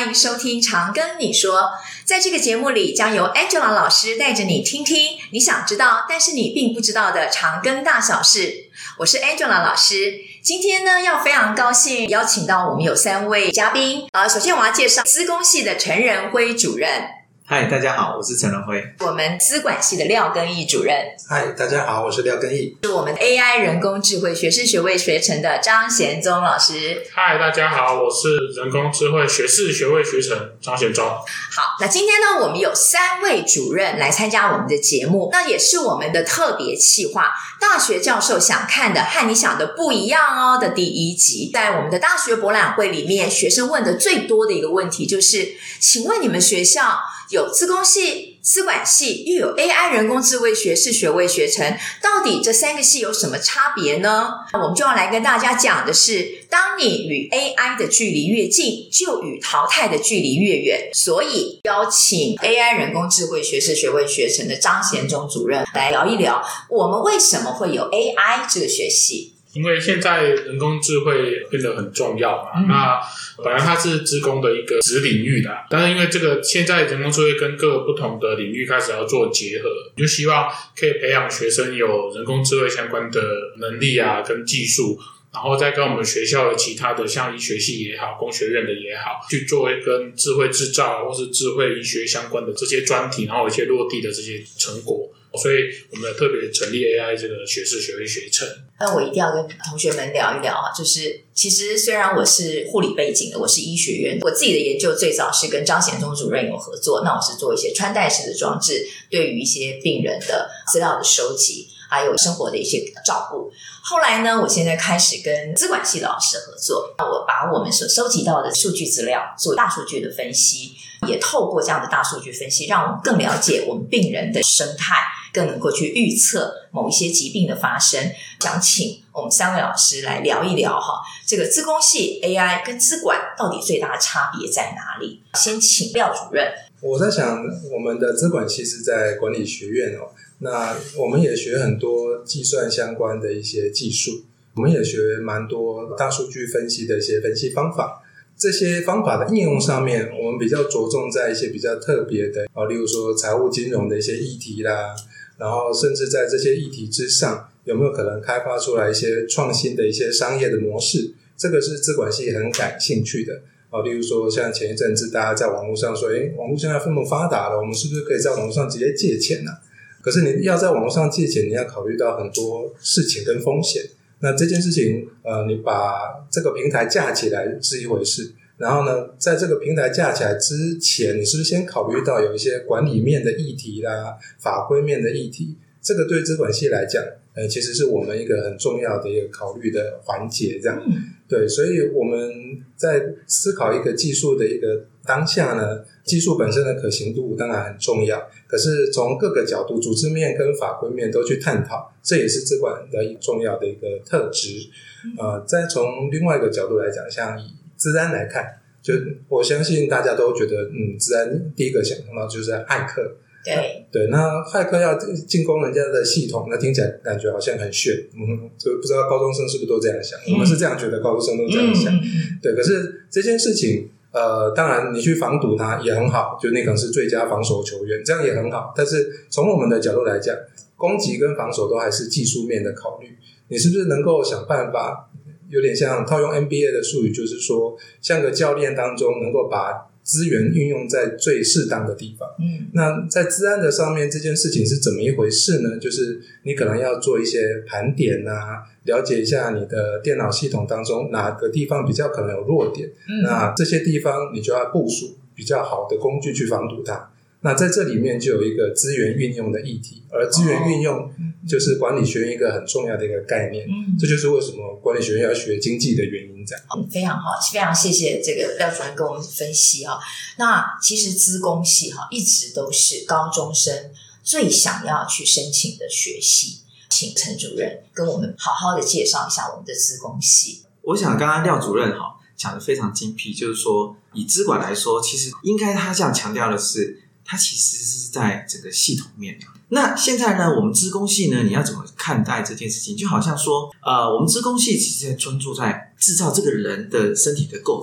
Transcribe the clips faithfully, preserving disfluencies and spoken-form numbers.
迎收听长庚你说。在这个节目里，将由 Angela 老师带着你听听你想知道但是你并不知道的长庚大小事。我是 Angela 老师，今天呢要非常高兴邀请到我们有三位嘉宾。呃，首先我要介绍资工系的陈仁辉主任。 嗨，大家好，我是陈仁辉。 我们资管系的廖根义主任。 嗨，大家好，我是廖根义。 是我们 A I 人工智慧学士学位学程的张贤宗老师。 嗨，大家好，我是人工智慧学士学位学程张贤宗。 好，那今天呢我们有三位主任来参加我们的节目，那也是我们的特别企划大学教授想看的和你想的不一样哦的第一集。在我们的大学博览会里面，学生问的最多的一个问题就是请问你们学校有资工系、资管系，又有 A I 人工智慧学士学位学程，到底这三个系有什么差别呢？我们就要来跟大家讲的是，当你与 A I 的距离越近，就与淘汰的距离越远。所以邀请 A I 人工智慧学士学位学程的张贤宗主任来聊一聊，我们为什么会有 A I 这个学系。 因为现在人工智慧变得很重要嘛，嗯、那本来它是资工的一个子领域的，但是因为这个现在人工智慧跟各个不同的领域开始要做结合，就希望可以培养学生有人工智慧相关的能力啊跟技术，然后再跟我们学校的其他的像医学系也好、工学院的也好，去做跟智慧制造或是智慧医学相关的这些专题，然后有一些落地的这些成果。所以我们特别成立 A I 这个学士学位学程。 那我一定要跟同学们聊一聊啊，就是其实虽然我是护理背景的，我是医学院，我自己的研究最早是跟张贤宗主任有合作，那我是做一些穿戴式的装置，对于一些病人的资料的收集，还有生活的一些照顾。后来呢，我现在开始跟资管系的老师合作，我把我们所收集到的数据资料做大数据的分析，也透过这样的大数据分析，让我们更了解我们病人的生态，更能够去预测某一些疾病的发生。想请我们三位老师来聊一聊哈，这个资工系 A I 跟资管到底最大的差别在哪里？先请廖主任。 我在想，我们的资管系是在管理学院哦，那我们也学很多计算相关的一些技术，我们也学蛮多大数据分析的一些分析方法。这些方法的应用上面，我们比较着重在一些比较特别的，例如说财务金融的一些议题啦，然后甚至在这些议题之上，有没有可能开发出来一些创新的一些商业的模式，这个是资管系很感兴趣的。例如说像前一阵子大家在网络上说，诶，网络现在这么发达了，我们是不是可以在网络上直接借钱啊？可是你要在网络上借钱，你要考虑到很多事情跟风险。那这件事情，呃，你把这个平台架起来是一回事，然后呢，在这个平台架起来之前，你是不是先考虑到有一些管理面的议题啦、法规面的议题？这个对资管系来讲，呃，其实是我们一个很重要的一个考虑的环节，这样。对，所以我们在思考一个技术的一个当下呢，技术本身的可行度当然很重要，可是从各个角度，组织面跟法规面都去探讨，这也是资管的一个重要的一个特质。呃，再从另外一个角度来讲，像以资安来看，就我相信大家都觉得，嗯，资安第一个想到就是骇客。 对对，那骇客要进攻人家的系统，那听起来感觉好像很炫，嗯，就不知道高中生是不是都这样想？嗯、我们是这样觉得，高中生都这样想。嗯、对，可是这件事情，呃，当然你去防堵它也很好，就你可能是最佳防守球员，这样也很好。但是从我们的角度来讲，攻击跟防守都还是技术面的考虑，你是不是能够想办法？有点像套用 N B A 的术语，就是说，像个教练当中能够把资源运用在最适当的地方。嗯，那在资安的上面，这件事情是怎么一回事呢？就是你可能要做一些盘点啊，了解一下你的电脑系统当中哪个地方比较可能有弱点。嗯，那这些地方你就要部署比较好的工具去防堵它。那在这里面就有一个资源运用的议题，而资源运用就是管理学院一个很重要的一个概念。嗯，这就是为什么管理学院要学经济的原因。这样， 嗯，非常好，非常谢谢这个廖主任跟我们分析哈。那其实资工系哈一直都是高中生最想要去申请的学系，请陈主任跟我们好好的介绍一下我们的资工系。 我想刚刚廖主任哈讲得非常精辟，就是说以资管来说，其实应该他这样强调的是，它其实是在整个系统面。那现在呢，我们资工系呢，你要怎么看待这件事情？就好像说，呃，我们资工系其实在专注在制造这个人的身体的构造，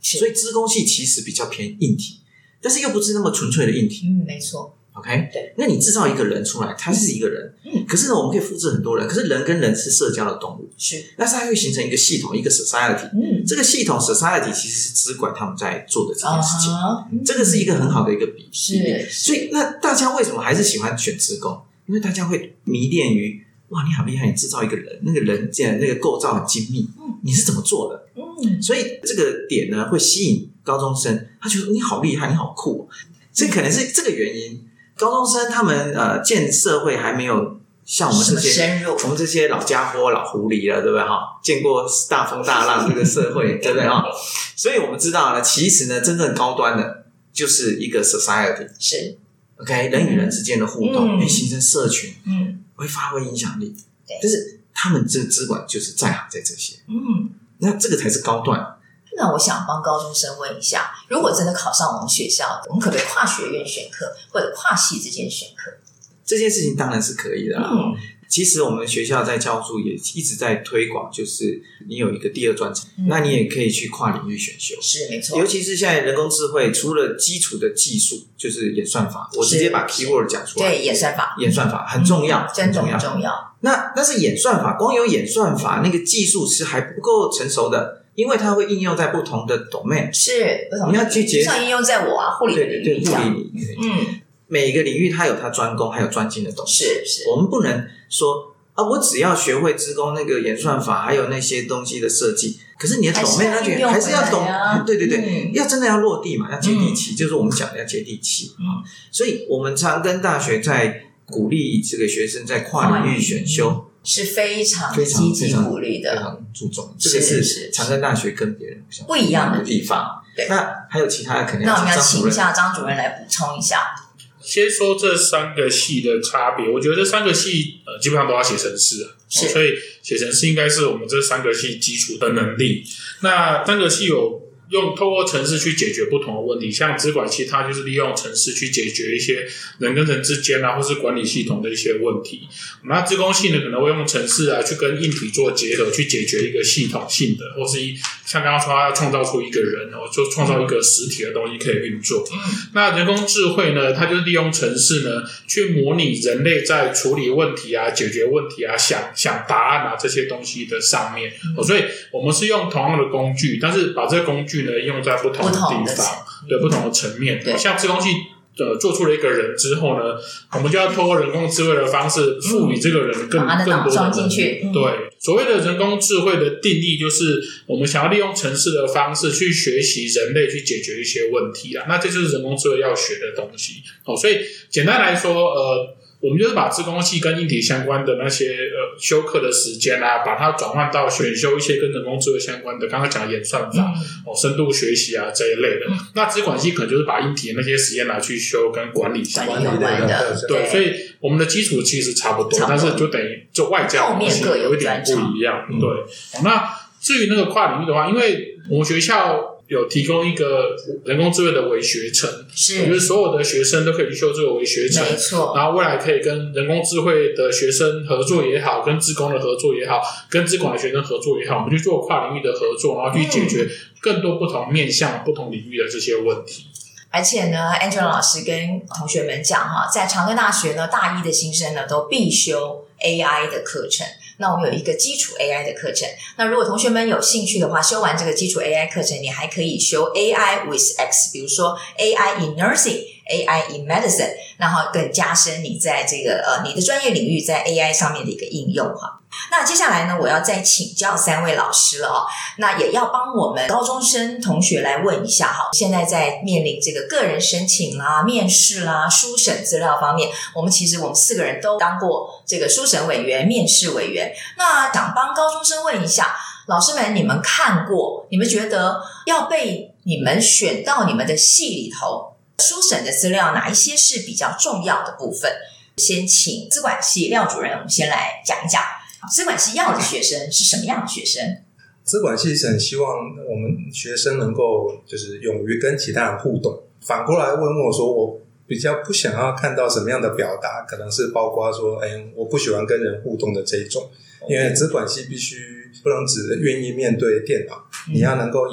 所以资工系其实比较偏硬体，但是又不是那么纯粹的硬体。 嗯，没错。 OK， 对， 那你制造一个人出来，他是一个人， 嗯， 可是呢，我们可以复制很多人，可是人跟人是社交的动物， 是， 但是它会形成一个系统，一个 society， 嗯，这这个系统 society 其实是资管他们在做的这件事情， 啊嗯、 这个是一个很好的一个比例， 是， 所以那大家为什么还是喜欢选资工？因为大家会迷恋于哇，你好厉害，你制造一个人，那个人竟然那个构造很精密，嗯，你是怎么做的？嗯，所以这个点呢会吸引高中生，他觉得你好厉害，你好酷、哦，所以可能是这个原因。高中生他们呃见社会还没有像我们这些我们这些老家伙老狐狸了，对不对哈？见过大风大浪这个社会，对不对哈？所以我们知道呢，其实呢，真正高端的就是一个 society， 是 OK 人与人之间的互动，会、嗯、形成社群， 嗯， 会发挥影响力。但是他们这个资管就是在行在这些， 嗯， 那这个才是高端。 那我想帮高中生问一下，如果真的考上我们学校的，我们可不可以跨学院选课或者跨系之间选课？ 这件事情当然是可以的啦。 嗯， 其实我们学校在教书也一直在推广，就是你有一个第二专长、嗯，那你也可以去跨领域选修。 是没错， 尤其是现在人工智慧，除了基础的技术，就是演算法，我直接把 keyword 讲出来。 对，演算法， 演算法很重要， 嗯、真的很很重要。 那但是演算法，光有演算法那个技术是还不够成熟的。因为它会应用在不同的 domain， 是不同的， 你要去结像应用在我啊护理的领域， 对对，护理领域， 嗯， 每个领域它有它专攻还有专精的东西， 是是， 我们不能说啊，我只要学会资工那个演算法，还有那些东西的设计，可是你的 domain 那些还是要懂，对对对、嗯，要真的要落地嘛，要接地气，嗯、就是我们讲的要接地气啊、嗯。所以我们常跟大学在鼓励这个学生在跨领域选修。嗯是非常积极鼓励的， 非常注重，这个是长庚大学跟别人不一样的地方。 对， 那还有其他的可能要， 那我们要请一下张主任来补充一下。 先说这三个系的差别，我觉得这三个系呃基本上都要写程式啊， 是， 所以写程式应该是我们这三个系基础的能力。那三个系有用透过程式去解决不同的问题，像资管系它就是利用程式去解决一些人跟人之间啊，或是管理系统的一些问题。那资工系呢，可能会用程式啊去跟硬体做结合，去解决一个系统性的，或是一像刚刚说他要创造出一个人哦，就创造一个实体的东西可以运作。嗯、那人工智慧呢，它就是利用程式呢去模拟人类在处理问题啊、解决问题啊、想想答案啊这些东西的上面。嗯、所以我们是用同样的工具，但是把这个工具呢用在不同的地方，对不同的层面。像资工系呃做出了一个人之后呢，我们就要透过人工智慧的方式赋予这个人更、嗯、更多的进去。嗯、 对，所谓的人工智慧的定义就是我们想要利用程式的方式去学习人类去解决一些问题啊，那这就是人工智慧要学的东西。哦，所以简单来说，呃。我们就是把资工系跟硬体相关的那些呃修课的时间啊，把它转换到选修一些跟人工智慧相关的，刚刚讲的演算法、嗯、哦、深度学习啊这一类的。嗯、那资管系可能就是把硬体的那些实验拿去修跟管理相关的。 的对，对，所以我们的基础其实差不多，但是就等于就外加的东西有一点不一样。 嗯、 对、哦，那至于那个跨领域的话，因为我们学校有提供一个人工智慧的微学程， 是， 就是所有的学生都可以去修这个微学程， 没错。 然后未来可以跟人工智慧的学生合作也好，跟资工的合作也好，跟资管的学生合作也好，我们去做跨领域的合作，然后去解决更多不同面向、不同领域的这些问题。 而且呢 Angela 老师跟同学们讲哈，在长庚大学呢，大一的新生呢都必修 A I 的课程。那我们有一个基础 A I 的课程，那如果同学们有兴趣的话，修完这个基础 A I 课程，你还可以修 A I with X， 比如说 A I in Nursing、A I in Medicine， 然后更加深你在这个呃你的专业领域在 A I 上面的一个应用哈。那接下来呢，我要再请教三位老师了哦，那也要帮我们高中生同学来问一下哈。现在在面临这个个人申请啦、面试啦、书审资料方面，我们其实我们四个人都当过这个书审委员、面试委员。那想帮高中生问一下，老师们，你们看过，你们觉得要被你们选到你们的系里头，书审的资料哪一些是比较重要的部分？先请资管系廖主任，我们先来讲一讲。资管系要的学生是什么样的学生？ 资管系是很希望我们学生能够就是勇于跟其他人互动。反过来问我说，我比较不想要看到什么样的表达，可能是包括说，哎，我不喜欢跟人互动的这一种。因为资管系必须不能只愿意面对电脑，你要能够以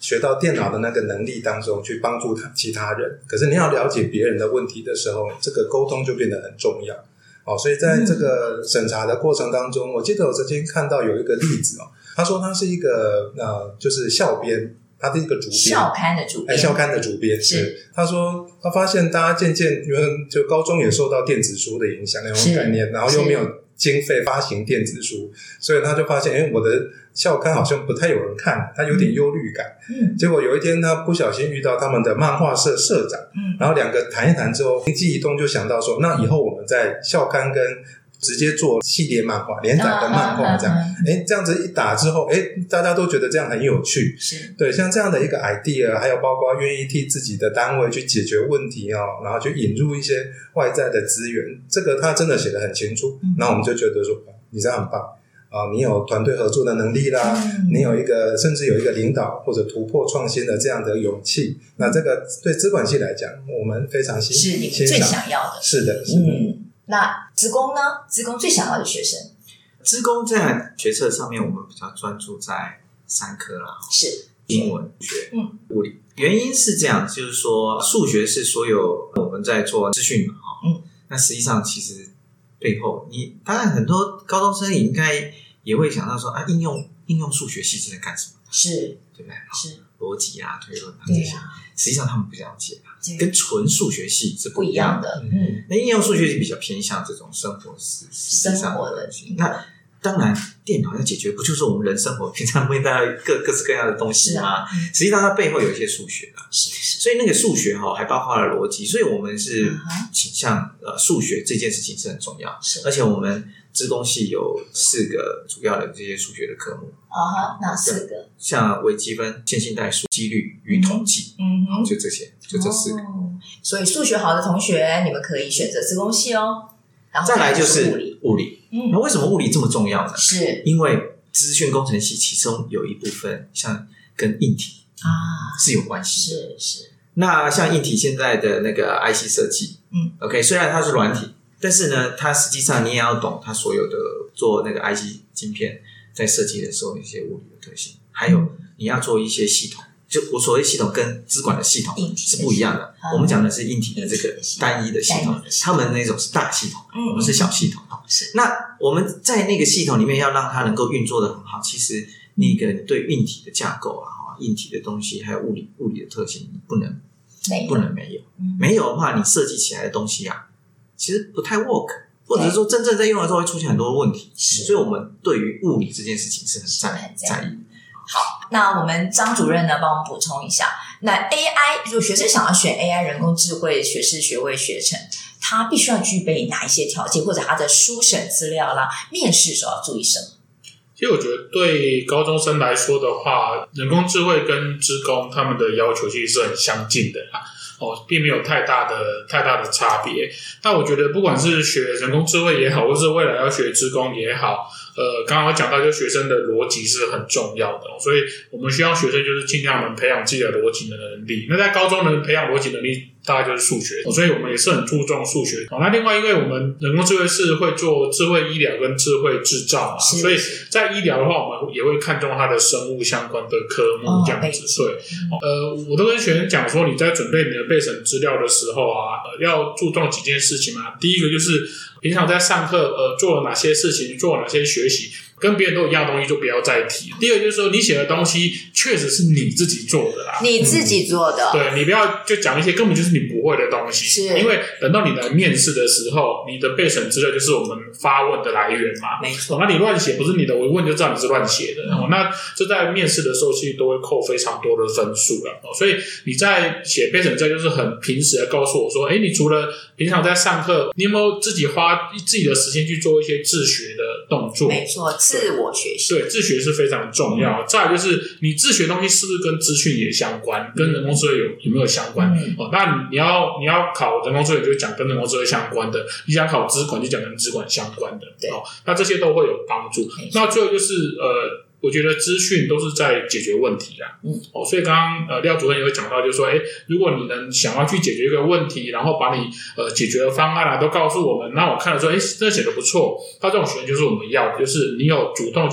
学到电脑的那个能力当中去帮助他其他人。可是你要了解别人的问题的时候，这个沟通就变得很重要。哦，所以在这个审查的过程当中，我记得我曾经看到有一个例子哦，他说他是一个呃，就是校编，他是一个主编， 校刊的主编， 哎，校刊的主编是。他说他发现大家渐渐，因为就高中也受到电子书的影响那种概念，然后又没有经费发行电子书，所以他就发现，哎，我的校刊好像不太有人看，他有点忧虑感。嗯，结果有一天他不小心遇到他们的漫画社社长，嗯，然后两个谈一谈之后，灵机一动就想到说，那以后我们在校刊跟直接做系列漫画连载的漫画这样，哎，这样子一打之后，哎，大家都觉得这样很有趣， 是对像这样的一个 idea， 还有包括愿意替自己的单位去解决问题哦，然后去引入一些外在的资源，这个他真的写得很清楚，那、嗯、我们就觉得说你这样很棒啊，你有团队合作的能力啦，嗯、你有一个甚至有一个领导或者突破创新的这样的勇气，那这个对资管系来讲，我们非常欣是你们最想要的， 是的，是的。 嗯，那资工呢？资工最想要的学生， 资工在学测上面，我们比较专注在三科啦， 是英文学、嗯、物理。原因是这样，就是说数学是所有我们在做资讯嘛，嗯，那实际上其实背后，你当然很多高中生也应该也会想到说啊，应用应用数学系是在干什么？ 是， 对不对？ 是逻辑啊、推论啊这些，实际上他们不了解啊，跟纯数学系是不一样的。嗯，那应用数学系比较偏向这种生活实实际上的东西。那当然，电脑要解决不就是我们人生活平常面对各各式各样的东西吗？啊嗯、实际上它背后有一些数学啊， 是是， 所以那个数学哈、哦、还包括了逻辑，所以我们是倾向呃数学这件事情是很重要， 是而且我们资工系有四个主要的这些数学的科目啊哈，哪四个？ 像微积分、线性代数、几率与统计，嗯哼，就这些，就这四个。 哦、所以数学好的同学，你们可以选择资工系哦。然后再来就是物理，物理。 嗯， 那为什么物理这么重要呢？ 是因为资讯工程系其中有一部分像跟硬体啊是有关系的， 是是。 那像硬体现在的那个 I C 设计，嗯 ，OK， 虽然它是软体，但是呢，它实际上你也要懂它所有的做那个 I C 晶片在设计的时候一些物理的特性，还有你要做一些系统。就我所谓系统跟资管的系统是不一样的，我们讲的是硬体的这个单一的系统，他们那种是大系统，我们是小系统。那我们在那个系统里面要让它能够运作的很好，其实那个对硬体的架构啊、硬体的东西还有物理物理的特性，你不能不能没有，没有的话，你设计起来的东西啊，其实不太 work， 或者是说真正在用的时候会出现很多问题，所以我们对于物理这件事情是很在在意的。 好，那我们张主任呢，帮我们补充一下。那 A I， 如果学生想要选 A I 人工智慧学士学位学程，他必须要具备哪一些条件，或者他的书审资料啦，面试时候要注意什么？ 其实我觉得对高中生来说的话，人工智慧跟资工他们的要求其实是很相近的啦。哦，并没有太大的太大的差别。但我觉得不管是学人工智慧也好，或是未来要学资工也好，呃，刚刚讲到，就学生的逻辑是很重要的，所以我们需要学生就是尽量能培养自己的逻辑的能力。那在高中能培养逻辑能力，大概就是数学，所以我们也是很注重数学。那另外，因为我们人工智慧是会做智慧医疗跟智慧制造嘛，所以在医疗的话，我们也会看重它的生物相关的科目这样子。对，呃，我都跟学生讲说，你在准备你的备审资料的时候啊，呃，要注重几件事情嘛。第一个就是平常在上课呃做了哪些事情，做了哪些学习，跟别人都一样的东西就不要再提。第二个就是说，你写的东西确实是你自己做的啦， 你自己做的， 嗯、对，你不要就讲一些根本就是你不会的东西， 是因为等到你来面试的时候，你的备审资料就是我们发问的来源嘛， 没错。 那你乱写不是你的，我一问就知道你是乱写的，嗯、那这在面试的时候其实都会扣非常多的分数了。所以你在写备审资料就是很平时的告诉我说，哎，你除了平常在上课，你有没有自己花自己的时间去做一些自学的动作？ 没错，自我学习， 对，自学是非常重要。嗯、再来就是你自学东西是不是跟资讯也相关，跟人工智慧有有没有相关？嗯、哦，那你要你要考人工智慧就讲跟人工智慧相关的，你想考资管就讲跟资管相关的， 对， 哦，那这些都会有帮助。那最后就是呃。我觉得资讯都是在解决问题啦，嗯，哦，所以刚刚呃廖主任也会讲到，就是说，哎，如果你能想要去解决一个问题，然后把你呃解决的方案啊都告诉我们，那我看了说，哎，这写的不错，那这种学生就是我们要的，就是你有主动去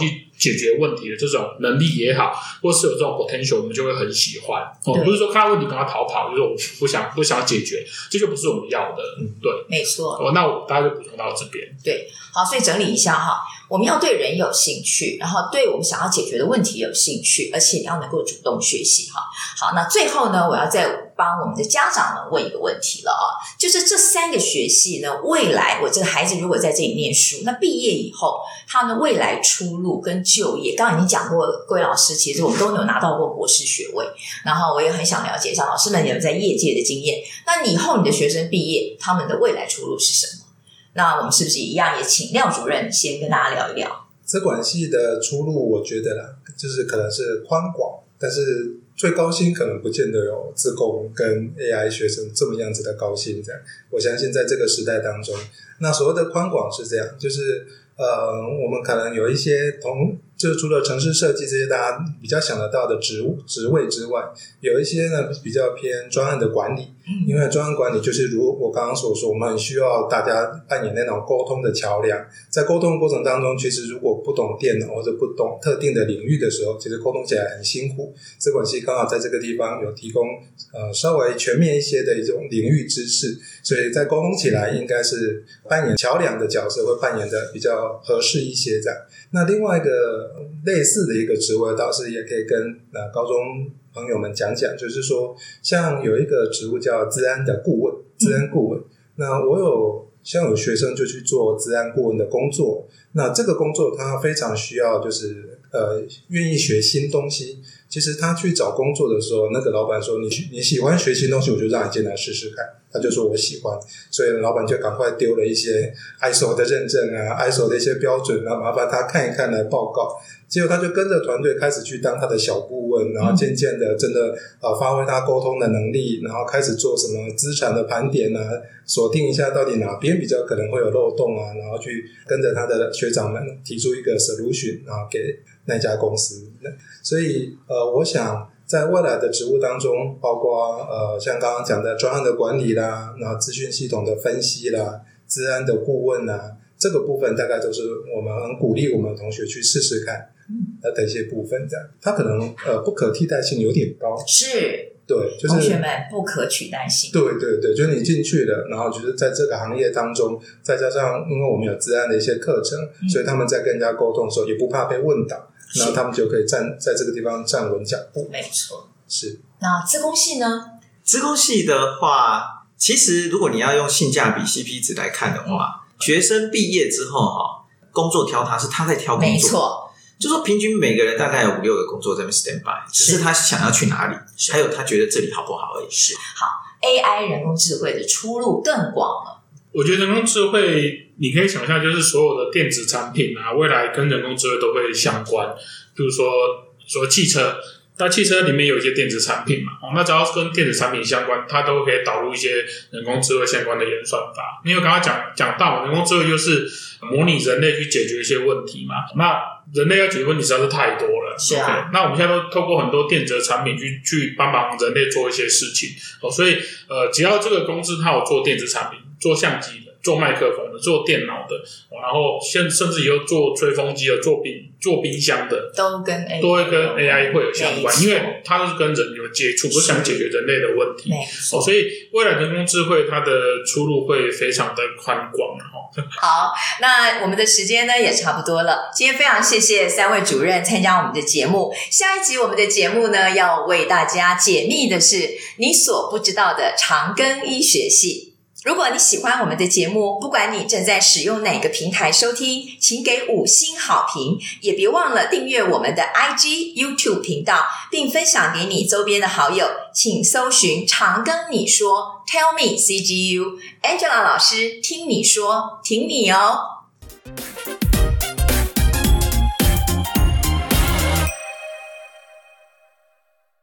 解决问题的这种能力也好，或是有这种 potential， 我们就会很喜欢。哦，不是说看到问题赶快逃跑，就是我不想不想解决，这就不是我们要的。嗯，对， 没错。 哦，那我大家就补充到这边。 对，好，所以整理一下哈，我们要对人有兴趣，然后对我们想要解决的问题有兴趣，而且你要能够主动学习哈。好，那最后呢，我要再帮我们的家长们问一个问题了啊，就是这三个学系呢，未来我这个孩子如果在这里念书，那毕业以后他的未来出路跟就业，刚刚已经讲过，各位老师其实我们都有拿到过博士学位，然后我也很想了解一下老师们有在业界的经验，那你以后你的学生毕业，他们的未来出路是什么？那我们是不是一样也请廖主任先跟大家聊一聊？ 资管系的出路，我觉得啦，就是可能是宽广，但是最高薪可能不见得有资工跟 A I 学生这么样子的高薪这样。我相信在这个时代当中，那所谓的宽广是这样，就是呃，我们可能有一些同，就是除了城市设计这些大家比较想得到的职务职位之外，有一些呢比较偏专案的管理，因为专案管理就是如我刚刚所说，我们很需要大家扮演那种沟通的桥梁，在沟通的过程当中，其实如果不懂电脑或者不懂特定的领域的时候，其实沟通起来很辛苦。资管系刚好在这个地方有提供呃稍微全面一些的一种领域知识，所以在沟通起来应该是扮演桥梁的角色会扮演的比较合适一些这样。那另外一个类似的一个职位倒是也可以跟呃高中朋友们讲讲，就是说像有一个职务叫资安的顾问，资安顾问，那我有像有学生就去做资安顾问的工作，那这个工作他非常需要就是呃愿意学新东西。其实他去找工作的时候，那个老板说你你喜欢学新东西，我就让你进来试试看。他就说我喜欢，所以老板就赶快丢了一些 I S O 的认证啊 I S O 的一些标准啊，麻烦他看一看来报告。结果他就跟着团队开始去当他的小顾问，然后渐渐的真的呃发挥他沟通的能力，然后开始做什么资产的盘点啊，锁定一下到底哪边比较可能会有漏洞啊，然后去跟着他的学长们提出一个 solution， 然后给那家公司。所以呃，我想在未来的职务当中，包括呃像刚刚讲的专案的管理啦，然后资讯系统的分析啦，资安的顾问啦，这个部分大概都是我们很鼓励我们的同学去试试看的一些部分这样。它可能呃不可替代性有点高， 是对，就是同学们不可取代性。 对对对，就是你进去了，然后就是在这个行业当中，再加上因为我们有资安的一些课程，嗯、所以他们在跟人家沟通的时候也不怕被问倒，然后他们就可以站在这个地方站稳脚步。 没错， 是。 那资工系呢？ 资工系的话，其实如果你要用性价比 C P 值来看的话，嗯、学生毕业之后哈，工作挑他是他在挑工作， 没错。 就说平均每个人大概有五六个工作在那边 stand by， 只是他想要去哪里，还有他觉得这里好不好而已。 是好 ，A I 人工智慧的出路更广了。 我觉得人工智慧，你可以想象，就是所有的电子产品啊，未来跟人工智慧都会相关。比如说，说汽车，那汽车里面有一些电子产品嘛，那只要跟电子产品相关，它都可以导入一些人工智慧相关的演算法。因为刚刚讲讲到，人工智慧就是模拟人类去解决一些问题嘛，那人类要解决问题实在是太多了， 是啊。 Okay, 那我们现在都透过很多电子的产品去去帮忙人类做一些事情，哦，所以呃，只要这个公司它有做电子产品、做相机的、做麦克风的、做电脑的，然后甚甚至以后做吹风机的、做冰做冰箱的， 都跟 A I 都会跟 A I 会有相关，因为它都是跟人有接触，都想解决人类的问题，哦，所以未来人工智慧它的出路会非常的宽广。 好，那我们的时间呢也差不多了。今天非常谢谢三位主任参加我们的节目。下一集我们的节目呢，要为大家解密的是你所不知道的长庚医学系。如果你喜欢我们的节目，不管你正在使用哪个平台收听，请给五星好评，也别忘了订阅我们的 I G、YouTube 频道，并分享给你周边的好友。请搜寻长庚你说 Tell me C G U， Angela 老师听你说，听你哦。